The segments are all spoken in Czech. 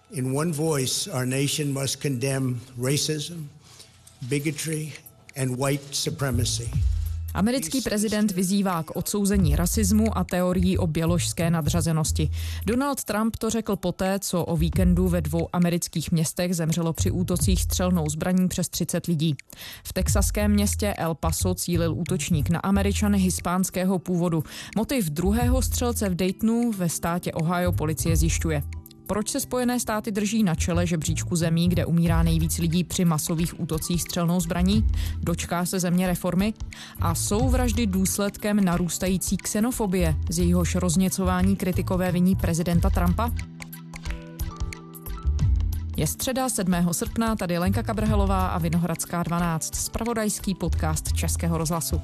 In one voice, our nation must condemn racism, bigotry and white supremacy. Americký prezident vyzývá k odsouzení rasismu a teorií o běložské nadřazenosti. Donald Trump to řekl poté, co o víkendu ve 2 amerických městech zemřelo při útocích střelnou zbraní přes 30 lidí. V texaském městě El Paso cílil útočník na Američany hispánského původu. Motiv druhého střelce v Daytonu ve státě Ohio policie zjišťuje. Proč se Spojené státy drží na čele žebříčku zemí, kde umírá nejvíc lidí při masových útocích střelnou zbraní? Dočká se země reformy? A jsou vraždy důsledkem narůstající xenofobie, z jejíhož rozněcování kritikové viní prezidenta Trumpa? Je středa 7. srpna, tady Lenka Kabrhelová a Vinohradská 12, zpravodajský podcast Českého rozhlasu.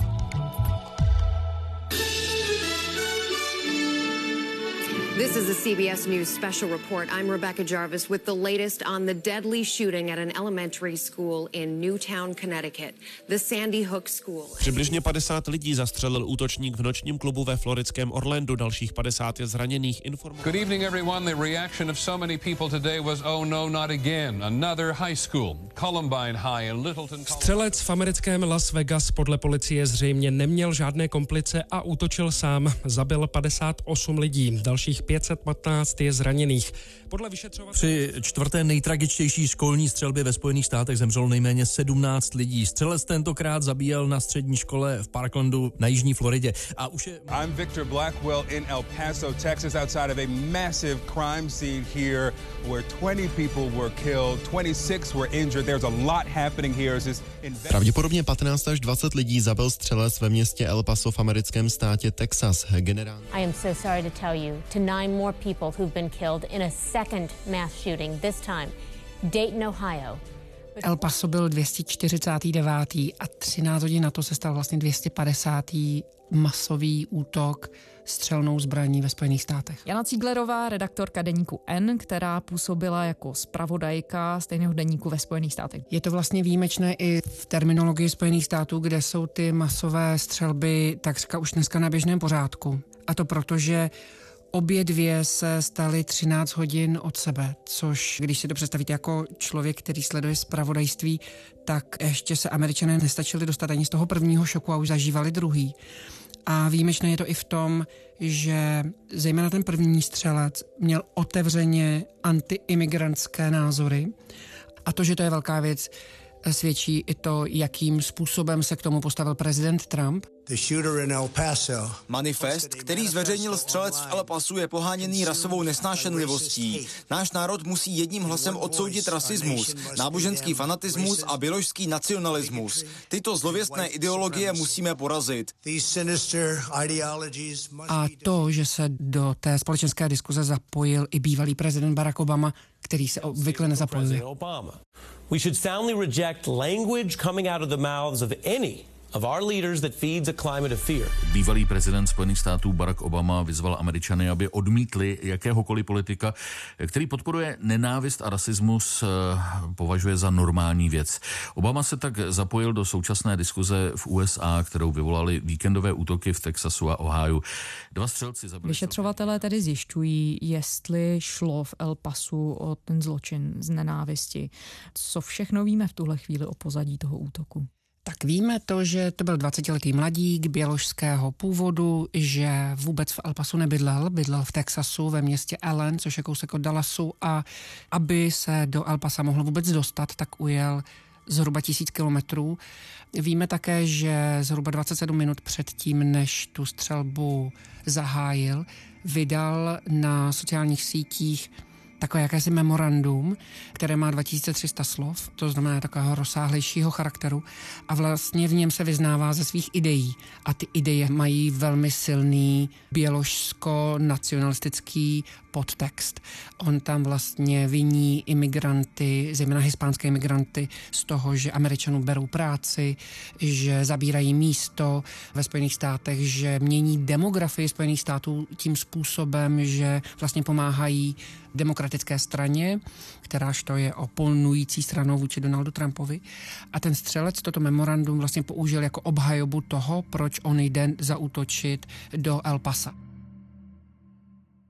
This is a CBS News special report. I'm Rebecca Jarvis with the latest on the deadly shooting at an elementary school in Newtown, Connecticut, the Sandy Hook School. Přibližně 50 lidí zastřelil útočník v nočním klubu ve floridském Orlandu, dalších 50 je zraněných. Good evening everyone. The reaction of so many people today was oh no, not again. Another high school, Columbine High in Littleton. Střelec v americkém Las Vegas podle policie zřejmě neměl žádné komplice a útočil sám. Zabil 58 lidí, dalších 515 je zraněných. Podle vyšetřovatelů při 4. nejtragičtější školní střelbě ve Spojených státech zemřelo nejméně 17 lidí. Střelec tentokrát zabíjel na střední škole v Parklandu na jižní Floridě. A už je... I'm Victor Blackwell in El Paso, Texas, outside of a massive crime scene here where 20 people were killed, 26 were injured. There's a lot happening here. Pravděpodobně 15 až 20 lidí zabil střelec ve městě El Paso v americkém státě Texas. I am so sorry to tell you, tonight more people who've been killed in a second mass shooting, this time Dayton, Ohio. El Paso byl 249. a 13 hodin na to se stal vlastně 250. masový útok střelnou zbraní ve Spojených státech. Jana Cíglerová, redaktorka deníku N, která působila jako zpravodajka stejného deníku ve Spojených státech. Je to vlastně výjimečné i v terminologii Spojených států, kde jsou ty masové střelby takřka už dneska na běžném pořádku. A to proto, že obě dvě se staly 13 hodin od sebe, což, když si to představíte jako člověk, který sleduje zpravodajství, tak ještě se Američané nestačili dostat ani z toho prvního šoku a už zažívali druhý. A výjimečné je to i v tom, že zejména ten první střelec měl otevřeně antiimigrantské názory a to, že to je velká věc, svědčí i to, jakým způsobem se k tomu postavil prezident Trump. Manifest, který zveřejnil střelec v El Pasu, je poháněný rasovou nesnášenlivostí. Náš národ musí jedním hlasem odsoudit rasismus, náboženský fanatismus a běložský nacionalismus. Tyto zlověstné ideologie musíme porazit. A to, že se do té společenské diskuze zapojil i bývalý prezident Barack Obama, který se obvykle nezapojuje. We should soundly reject language coming out of the mouths of any of our leaders that feeds a climate of fear. Bývalý prezident Spojených států Barack Obama vyzval Američany, aby odmítli jakéhokoliv politika, který podporuje nenávist a rasismus, považuje za normální věc. Obama se tak zapojil do současné diskuze v USA, kterou vyvolali víkendové útoky v Texasu a Ohiu. 2 střelci zabili. Vyšetřovatelé tedy zjišťují, jestli šlo v El Pasu o ten zločin z nenávisti. Co všechno víme v tuhle chvíli o pozadí toho útoku? Tak víme to, že to byl 20letý mladík běložského původu, že vůbec v El Pasu nebydlel, bydlel v Texasu ve městě Allen, což je kousek od Dallasu, a aby se do El Pasa mohl vůbec dostat, tak ujel zhruba 1000 kilometrů. Víme také, že zhruba 27 minut předtím, než tu střelbu zahájil, vydal na sociálních sítích takové jakési memorandum, které má 2300 slov, to znamená takového rozsáhlejšího charakteru a vlastně v něm se vyznává ze svých ideí a ty ideje mají velmi silný běložsko-nacionalistický podtext. On tam vlastně viní imigranty, zejména hispánské imigranty, z toho, že Američanům berou práci, že zabírají místo ve Spojených státech, že mění demografii Spojených států tím způsobem, že vlastně pomáhají demokratické straně, kteráž to je oponující stranou vůči Donaldu Trumpovi. A ten střelec toto memorandum vlastně použil jako obhajobu toho, proč on jde zaútočit do El Pasa.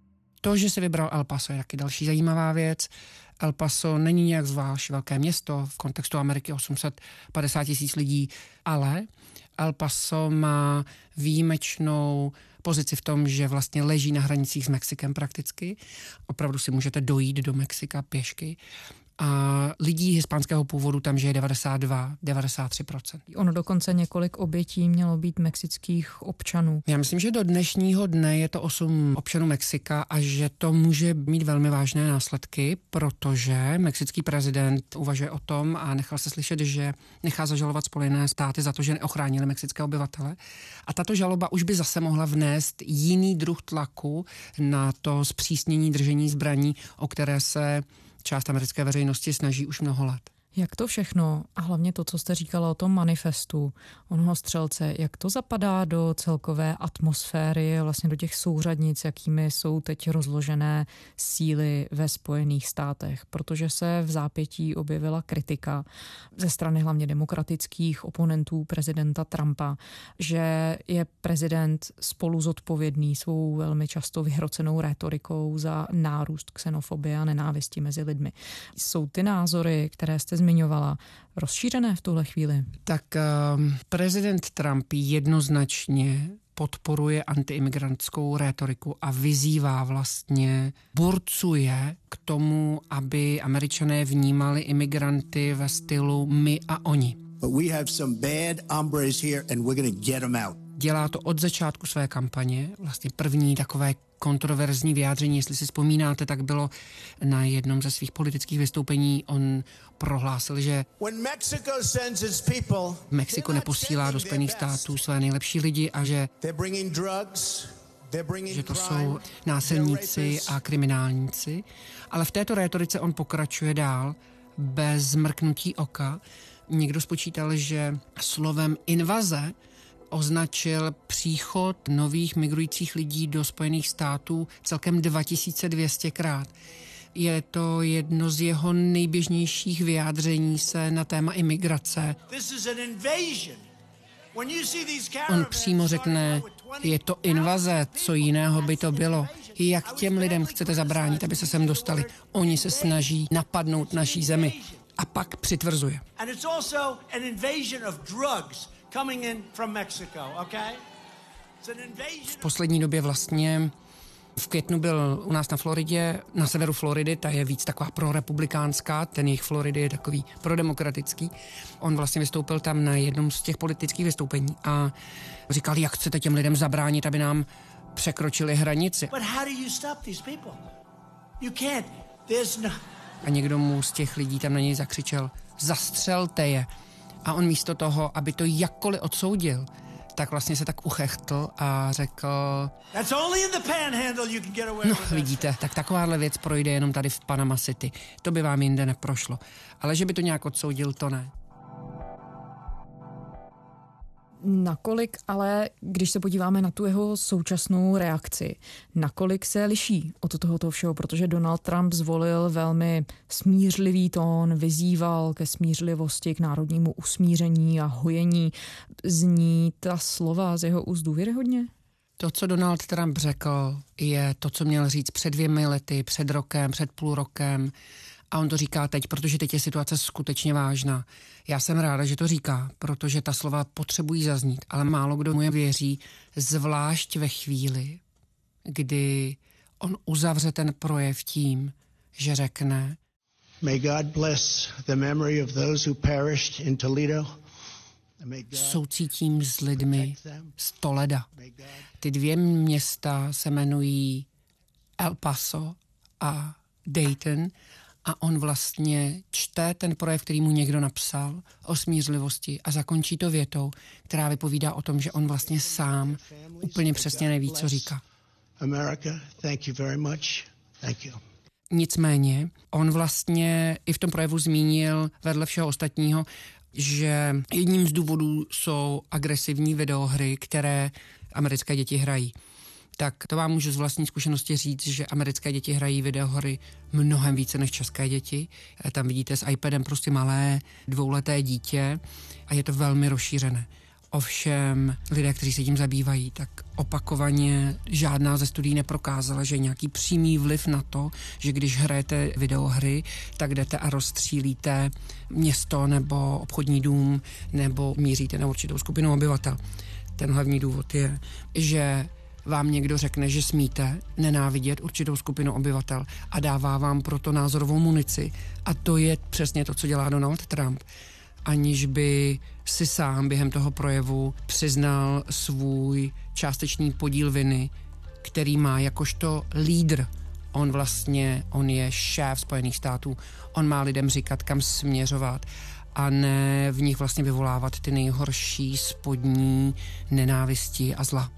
To, že se vybral El Paso, je taky další zajímavá věc. El Paso není nějak zvlášť velké město, v kontextu Ameriky 850 000 lidí, ale El Paso má výjimečnou pozici v tom, že vlastně leží na hranicích s Mexikem prakticky. Opravdu si můžete dojít do Mexika pěšky. A lidí hispánského původu tam žije 92-93%. Ono dokonce několik obětí mělo být mexických občanů. Já myslím, že do dnešního dne je to 8 občanů Mexika a že to může mít velmi vážné následky, protože mexický prezident uvažuje o tom a nechal se slyšet, že nechá zažalovat Spojené státy za to, že neochránili mexické obyvatele. A tato žaloba už by zase mohla vnést jiný druh tlaku na to zpřísnění držení zbraní, o které se část americké veřejnosti snaží už mnoho let. Jak to všechno, a hlavně to, co jste říkala o tom manifestu, onoho střelce, jak to zapadá do celkové atmosféry, vlastně do těch souřadnic, jakými jsou teď rozložené síly ve Spojených státech, protože se v zápětí objevila kritika ze strany hlavně demokratických oponentů prezidenta Trumpa, že je prezident spolu zodpovědný svou velmi často vyhrocenou rétorikou za nárůst xenofobie a nenávisti mezi lidmi. Jsou ty názory, které jste zmiňovala, rozšířené v tuhle chvíli? Tak prezident Trump jednoznačně podporuje antiimigrantskou rétoriku a vyzývá vlastně, burcuje k tomu, aby Američané vnímali imigranty ve stylu my a oni. But we have some bad hombres here and we're going to get them out. Dělá to od začátku své kampaně, vlastně první takové kontroverzní vyjádření, jestli si vzpomínáte, tak bylo na jednom ze svých politických vystoupení, on prohlásil, že Mexiko neposílá do Spojených států své nejlepší lidi a že to jsou násilníci a kriminálníci. Ale v této rétorice on pokračuje dál, bez zmrknutí oka. Někdo spočítal, že slovem invaze označil příchod nových migrujících lidí do Spojených států celkem 2200krát. Je to jedno z jeho nejběžnějších vyjádření se na téma imigrace. On přímo řekne, je to invaze, co jiného by to bylo. Jak těm lidem chcete zabránit, aby se sem dostali? Oni se snaží napadnout naší zemi. A pak přitvrzuje. V poslední době vlastně v květnu byl u nás na Floridě, na severu Floridy, ta je víc taková prorepublikánská, ten jejich Floridy je takový prodemokratický. On vlastně vystoupil tam na jednom z těch politických vystoupení a říkal, jak chcete těm lidem zabránit, aby nám překročili hranici. A někdo mu z těch lidí tam na něj zakřičel, zastřelte je. A on místo toho, aby to jakkoliv odsoudil, tak vlastně se tak uchechtl a řekl, no vidíte, tak takováhle věc projde jenom tady v Panama City. To by vám jinde neprošlo. Ale že by to nějak odsoudil, to ne. Nakolik ale, když se podíváme na tu jeho současnou reakci, nakolik se liší od tohoto všeho, protože Donald Trump zvolil velmi smířlivý tón, vyzýval ke smířlivosti, k národnímu usmíření a hojení. Zní ta slova z jeho úst důvěryhodně? To, co Donald Trump řekl, je to, co měl říct před 2 lety, před rokem, před půl rokem. A on to říká teď, protože teď je situace skutečně vážná. Já jsem ráda, že to říká, protože ta slova potřebují zaznít, ale málo kdo mu je věří, zvlášť ve chvíli, kdy on uzavře ten projev tím, že řekne: May God bless the memory of those who perished in Toledo. Soucítím s lidmi z Toleda. Ty 2 města se jmenují El Paso a Dayton. A on vlastně čte ten projev, který mu někdo napsal o smířlivosti a zakončí to větou, která vypovídá o tom, že on vlastně sám úplně přesně neví, co říká. America, thank you very much. Thank you. Nicméně, on vlastně i v tom projevu zmínil vedle všeho ostatního, že jedním z důvodů jsou agresivní videohry, které americké děti hrají. Tak to vám můžu z vlastní zkušenosti říct, že americké děti hrají videohry mnohem více než české děti. Tam vidíte s iPadem prostě malé 2leté dítě a je to velmi rozšířené. Ovšem lidé, kteří se tím zabývají, tak opakovaně žádná ze studií neprokázala, že je nějaký přímý vliv na to, že když hrajete videohry, tak jdete a rozstřílíte město nebo obchodní dům nebo míříte na určitou skupinu obyvatel. Ten hlavní důvod je, že vám někdo řekne, že smíte nenávidět určitou skupinu obyvatel a dává vám proto názorovou munici. A to je přesně to, co dělá Donald Trump, aniž by si sám během toho projevu přiznal svůj částečný podíl viny, který má jakožto lídr. On je šéf Spojených států, on má lidem říkat, kam směřovat a ne v nich vlastně vyvolávat ty nejhorší spodní nenávisti a zla.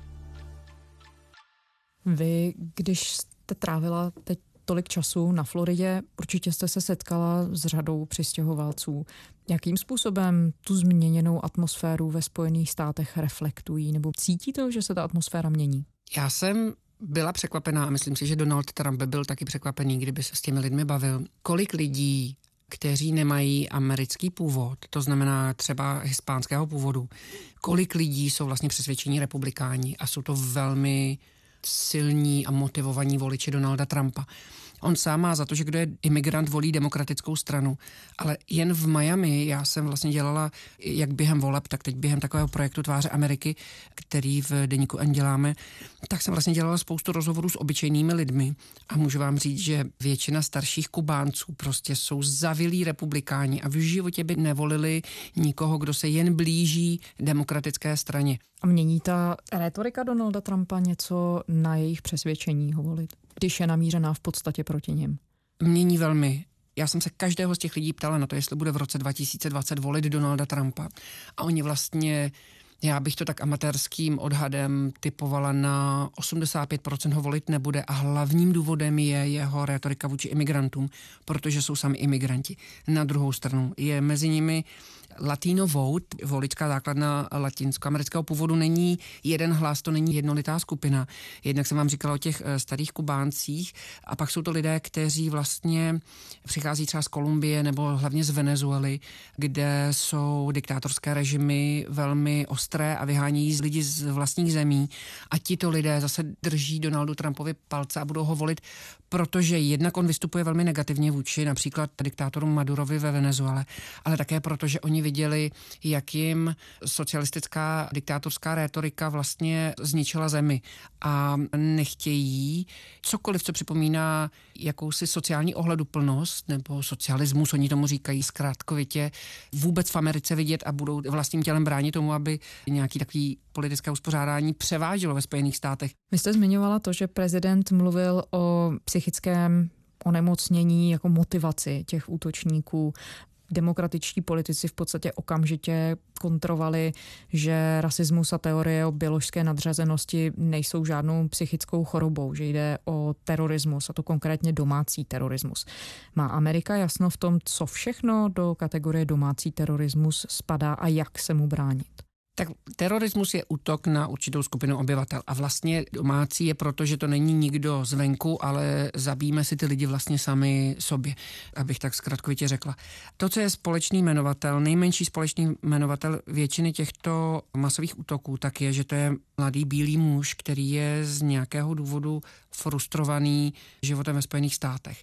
Vy, když jste trávila teď tolik času na Floridě, určitě jste se setkala s řadou přistěhovalců. Jakým způsobem tu změněnou atmosféru ve Spojených státech reflektují nebo cítí to, že se ta atmosféra mění? Já jsem byla překvapená a myslím si, že Donald Trump by byl taky překvapený, kdyby se s těmi lidmi bavil. Kolik lidí, kteří nemají americký původ, to znamená třeba hispánského původu, kolik lidí jsou vlastně přesvědčení republikáni a jsou to velmi silní a motivovaní voliči Donalda Trumpa. On sám má za to, že kdo je imigrant, volí demokratickou stranu, ale jen v Miami já jsem vlastně dělala jak během voleb, tak teď během takového projektu Tváře Ameriky, který v deníku N děláme, tak jsem vlastně dělala spoustu rozhovorů s obyčejnými lidmi a můžu vám říct, že většina starších Kubánců prostě jsou zavilí republikáni a v životě by nevolili nikoho, kdo se jen blíží demokratické straně. A mění ta rétorika Donalda Trumpa něco na jejich přesvědčení ho volit, když je namířená v podstatě proti nim? Mění velmi. Já jsem se každého z těch lidí ptala na to, jestli bude v roce 2020 volit Donalda Trumpa. A oni vlastně, já bych to tak amatérským odhadem typovala na 85% ho volit nebude a hlavním důvodem je jeho rétorika vůči imigrantům, protože jsou sami imigranti. Na druhou stranu je mezi nimi Latino vote, voličská základna latinskoamerického původu, není jeden hlas, to není jednolitá skupina. Jednak jsem vám říkala o těch starých Kubáncích a pak jsou to lidé, kteří vlastně přichází třeba z Kolumbie nebo hlavně z Venezuely, kde jsou diktátorské režimy velmi ostré a vyhání lidi z vlastních zemí a tito lidé zase drží Donaldu Trumpovi palce a budou ho volit, protože jednak on vystupuje velmi negativně vůči například diktátoru Madurovi ve Venezuele, ale také protože oni viděli, jak jim socialistická diktátorská rétorika vlastně zničila zemi a nechtějí cokoliv, co připomíná jakousi sociální ohleduplnost nebo socialismus, oni tomu říkají zkrátkovitě, vůbec v Americe vidět a budou vlastním tělem bránit tomu, aby nějaký takový politické uspořádání převážilo ve Spojených státech. Vy jste zmiňovala to, že prezident mluvil o psychickém onemocnění jako motivaci těch útočníků. Demokratičtí politici v podstatě okamžitě kontrovali, že rasismus a teorie o bioložské nadřazenosti nejsou žádnou psychickou chorobou, že jde o terorismus, a to konkrétně domácí terorismus. Má Amerika jasno v tom, co všechno do kategorie domácí terorismus spadá a jak se mu bránit? Tak terorismus je útok na určitou skupinu obyvatel a vlastně domácí je proto, že to není nikdo zvenku, ale zabijíme si ty lidi vlastně sami sobě, abych tak zkratkovitě řekla. To, co je společný jmenovatel, nejmenší společný jmenovatel většiny těchto masových útoků, tak je, že to je mladý bílý muž, který je z nějakého důvodu frustrovaný životem ve Spojených státech.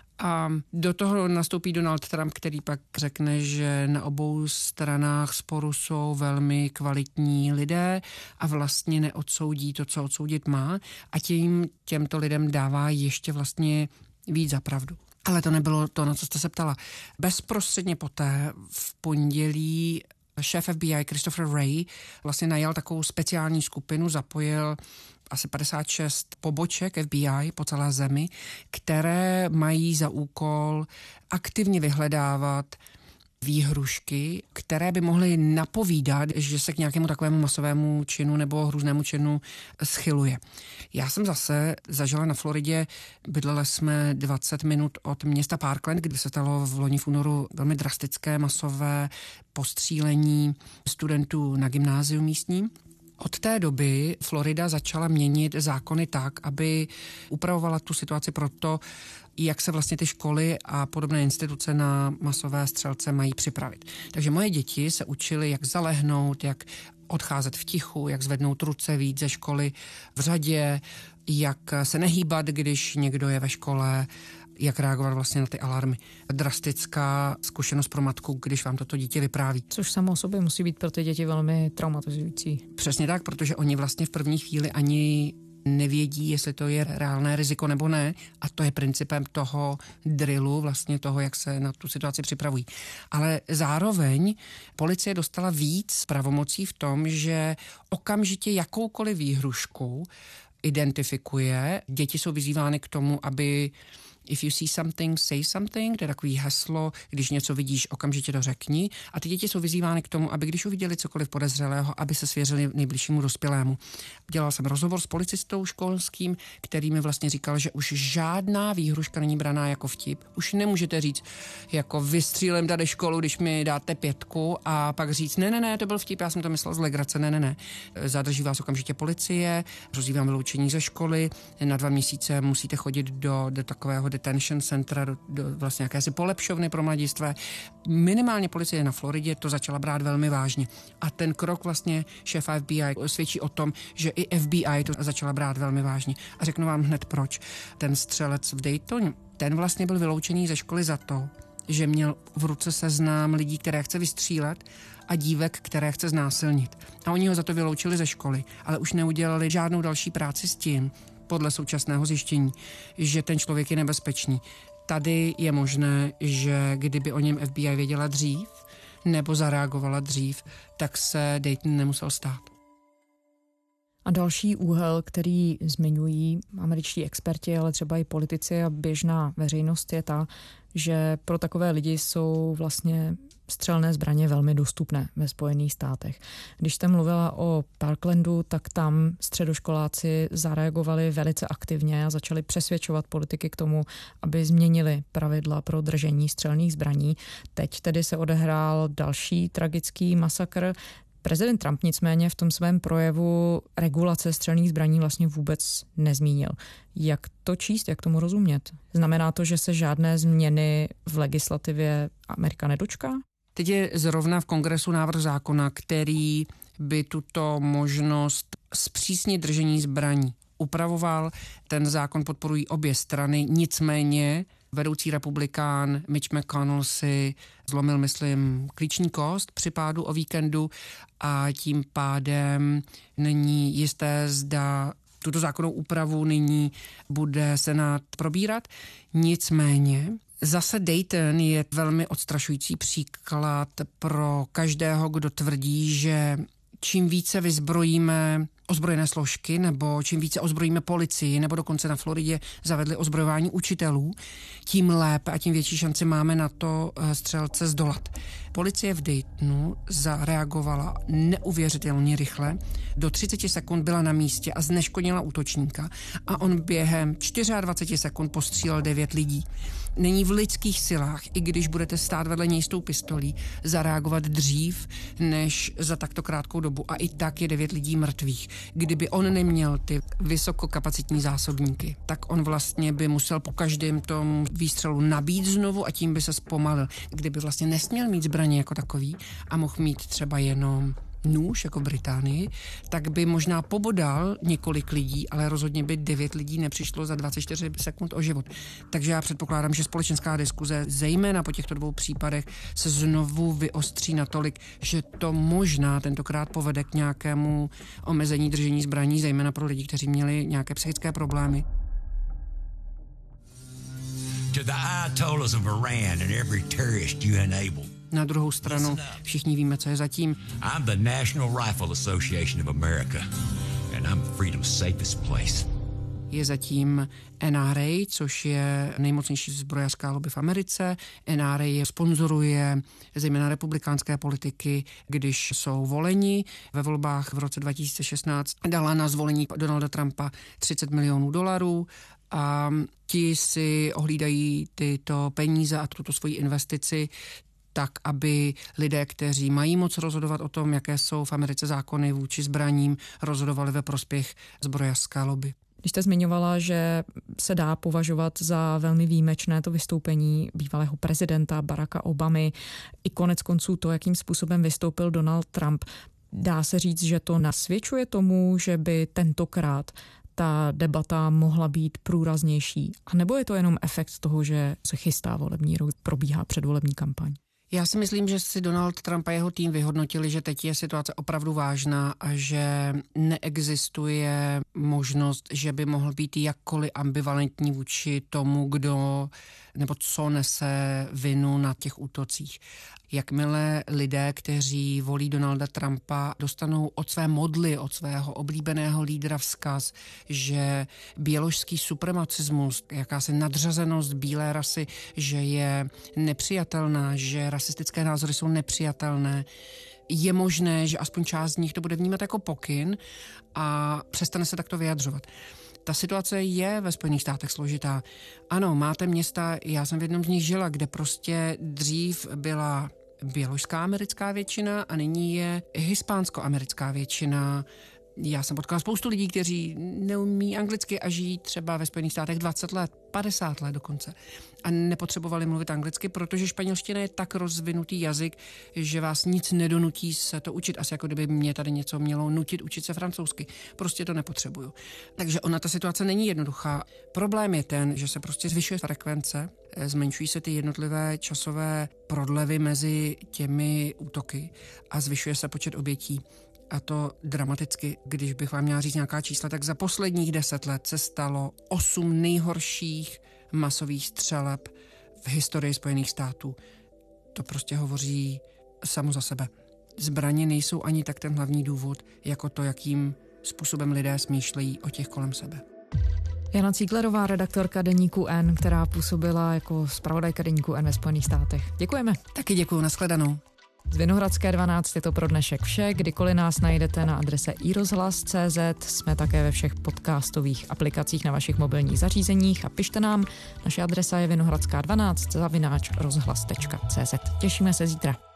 A do toho nastoupí Donald Trump, který pak řekne, že na obou stranách sporu jsou velmi kvalitní lidé a vlastně neodsoudí to, co odsoudit má a těmto lidem dává ještě vlastně víc za pravdu. Ale to nebylo to, na co jste se ptala. Bezprostředně poté v pondělí šéf FBI Christopher Wray vlastně najal takovou speciální skupinu, zapojil asi 56 poboček FBI po celé zemi, které mají za úkol aktivně vyhledávat výhrušky, které by mohly napovídat, že se k nějakému takovému masovému činu nebo hrůznému činu schyluje. Já jsem zase zažila na Floridě, bydleli jsme 20 minut od města Parkland, kde se stalo v loni v únoru velmi drastické masové postřílení studentů na gymnáziu místním. Od té doby Florida začala měnit zákony tak, aby upravovala tu situaci pro to, jak se vlastně ty školy a podobné instituce na masové střelce mají připravit. Takže moje děti se učily, jak zalehnout, jak odcházet v tichu, jak zvednout ruce, vyjít ze školy v řadě, jak se nehýbat, když někdo je ve škole, jak reagovat vlastně na ty alarmy. Drastická zkušenost pro matku, když vám toto dítě vypráví. Což samo o sobě musí být pro ty děti velmi traumatizující. Přesně tak, protože oni vlastně v první chvíli ani nevědí, jestli to je reálné riziko nebo ne, a to je principem toho drillu, vlastně toho, jak se na tu situaci připravují. Ale zároveň policie dostala víc pravomocí v tom, že okamžitě jakoukoliv výhrušku identifikuje. Děti jsou vyzývány k tomu, aby if you see something, say something, to je takový heslo, když něco vidíš, okamžitě to řekni. A ty děti jsou vyzývány k tomu, aby když uviděli cokoliv podezřelého, aby se svěřili nejbližšímu dospělému. Dělal jsem rozhovor s policistou školským, který mi vlastně říkal, že už žádná výhruška není braná jako vtip. Už nemůžete říct, jako vystřílím tady školu, když mi dáte 5 a pak říct, ne, to byl vtip, já jsem to myslel z legrace, ne. Zadrží vás okamžitě policie, hrozí vám vyloučení ze školy, na 2 měsíce musíte chodit do takového detention centra, do vlastně jakési polepšovny pro mladistvé. Minimálně policie na Floridě to začala brát velmi vážně. A ten krok vlastně šéfa FBI svědčí o tom, že i FBI to začala brát velmi vážně. A řeknu vám hned proč. Ten střelec v Daytoně, ten vlastně byl vyloučený ze školy za to, že měl v ruce seznam lidí, které chce vystřílet, a dívek, které chce znásilnit. A oni ho za to vyloučili ze školy, ale už neudělali žádnou další práci s tím, podle současného zjištění, že ten člověk je nebezpečný. Tady je možné, že kdyby o něm FBI věděla dřív nebo zareagovala dřív, tak se Dayton nemusel stát. A další úhel, který zmiňují američtí experti, ale třeba i politici a běžná veřejnost, je ta, že pro takové lidi jsou vlastně střelné zbraně velmi dostupné ve Spojených státech. Když jste mluvila o Parklandu, tak tam středoškoláci zareagovali velice aktivně a začali přesvědčovat politiky k tomu, aby změnili pravidla pro držení střelných zbraní. Teď tedy se odehrál další tragický masakr. Prezident Trump nicméně v tom svém projevu regulace střelných zbraní vlastně vůbec nezmínil. Jak to číst, jak tomu rozumět? Znamená to, že se žádné změny v legislativě Amerika nedočká? Teď je zrovna v Kongresu návrh zákona, který by tuto možnost zpřísnit držení zbraní upravoval. Ten zákon podporují obě strany, nicméně vedoucí republikán Mitch McConnell si zlomil, myslím, klíční kost při pádu o víkendu a tím pádem není jisté, zda tuto zákonnou úpravu nyní bude Senát probírat. Nicméně zase Dayton je velmi odstrašující příklad pro každého, kdo tvrdí, že čím více vyzbrojíme ozbrojené složky, nebo čím více ozbrojíme policii, nebo dokonce na Floridě zavedli ozbrojování učitelů, tím lépe a tím větší šanci máme na to střelce zdolat. Policie v Daytonu zareagovala neuvěřitelně rychle. Do 30 sekund byla na místě a zneškodnila útočníka a on během 24 sekund postřílel 9 lidí. Není v lidských silách, i když budete stát vedle něj s tou pistolí, zareagovat dřív než za takto krátkou dobu. A i tak je 9 lidí mrtvých. Kdyby on neměl ty vysokokapacitní zásobníky, tak on vlastně by musel po každém tom výstřelu nabít znovu a tím by se zpomalil. Kdyby vlastně nesměl mít zbraně jako takový a mohl mít třeba jenom nůž, jako v Británii, tak by možná pobodal několik lidí, ale rozhodně by 9 lidí nepřišlo za 24 sekund o život. Takže já předpokládám, že společenská diskuze, zejména po těchto 2 případech, se znovu vyostří natolik, že to možná tentokrát povede k nějakému omezení držení zbraní, zejména pro lidi, kteří měli nějaké psychické problémy. To the Ayatollahs of Iran and every terrorist you enable. Na druhou stranu všichni víme, co je zatím. I'm the National Rifle Association of America and I'm freedom's safest place. Je zatím NRA, což je nejmocnější zbrojařská lobby v Americe. NRA je sponzoruje zejména republikánské politiky, když jsou voleni. Ve volbách v roce 2016 dala na zvolení Donalda Trumpa $30 milionů a ti si ohlídají tyto peníze a tuto svoji investici tak, aby lidé, kteří mají moc rozhodovat o tom, jaké jsou v Americe zákony vůči zbraním, rozhodovali ve prospěch zbrojařské lobby. Když jste zmiňovala, že se dá považovat za velmi výjimečné to vystoupení bývalého prezidenta Baracka Obamy, i konec konců to, jakým způsobem vystoupil Donald Trump, Dá se říct, že to nasvědčuje tomu, že by tentokrát ta debata mohla být průraznější? A nebo je to jenom efekt toho, že se chystá volební rok, probíhá předvolební kampaň? Já si myslím, že si Donald Trump a jeho tým vyhodnotili, že teď je situace opravdu vážná a že neexistuje možnost, že by mohl být jakkoliv ambivalentní vůči tomu, kdo nebo co nese vinu na těch útocích. Jakmile lidé, kteří volí Donalda Trumpa, dostanou od své modly, od svého oblíbeného lídra vzkaz, že běložský supremacismus, jakási nadřazenost bílé rasy, že je nepřijatelná, že rasistické názory jsou nepřijatelné, je možné, že aspoň část z nich to bude vnímat jako pokyn a přestane se takto vyjadřovat. Ta situace je ve Spojených státech složitá. Ano, máte města, já jsem v jednom z nich žila, kde prostě dřív byla běložská americká většina a nyní je hispánsko-americká většina. Já jsem potkala spoustu lidí, kteří neumí anglicky a žijí třeba ve Spojených státech 20 let, 50 let dokonce. A nepotřebovali mluvit anglicky, protože španělština je tak rozvinutý jazyk, že vás nic nedonutí se to učit. Asi jako kdyby mě tady něco mělo nutit učit se francouzsky. Prostě to nepotřebuju. Takže ta situace není jednoduchá. Problém je ten, že se prostě zvyšuje frekvence, zmenšují se ty jednotlivé časové prodlevy mezi těmi útoky a zvyšuje se počet obětí. A to dramaticky, když bych vám měla říct nějaká čísla, tak za posledních 10 let se stalo 8 nejhorších masových střeleb v historii Spojených států. To prostě hovoří samo za sebe. Zbraně nejsou ani tak ten hlavní důvod, jako to, jakým způsobem lidé smýšlejí o těch kolem sebe. Jana Cíglerová, redaktorka deníku N, která působila jako zpravodajka deníku N ve Spojených státech. Děkujeme. Taky děkuju, nashledanou. Z Vinohradské 12 je to pro dnešek vše. Kdykoliv nás najdete na adrese iRozhlas.cz, jsme také ve všech podcastových aplikacích na vašich mobilních zařízeních a pište nám. Naše adresa je vinohradská12 @rozhlas.cz. Těšíme se zítra.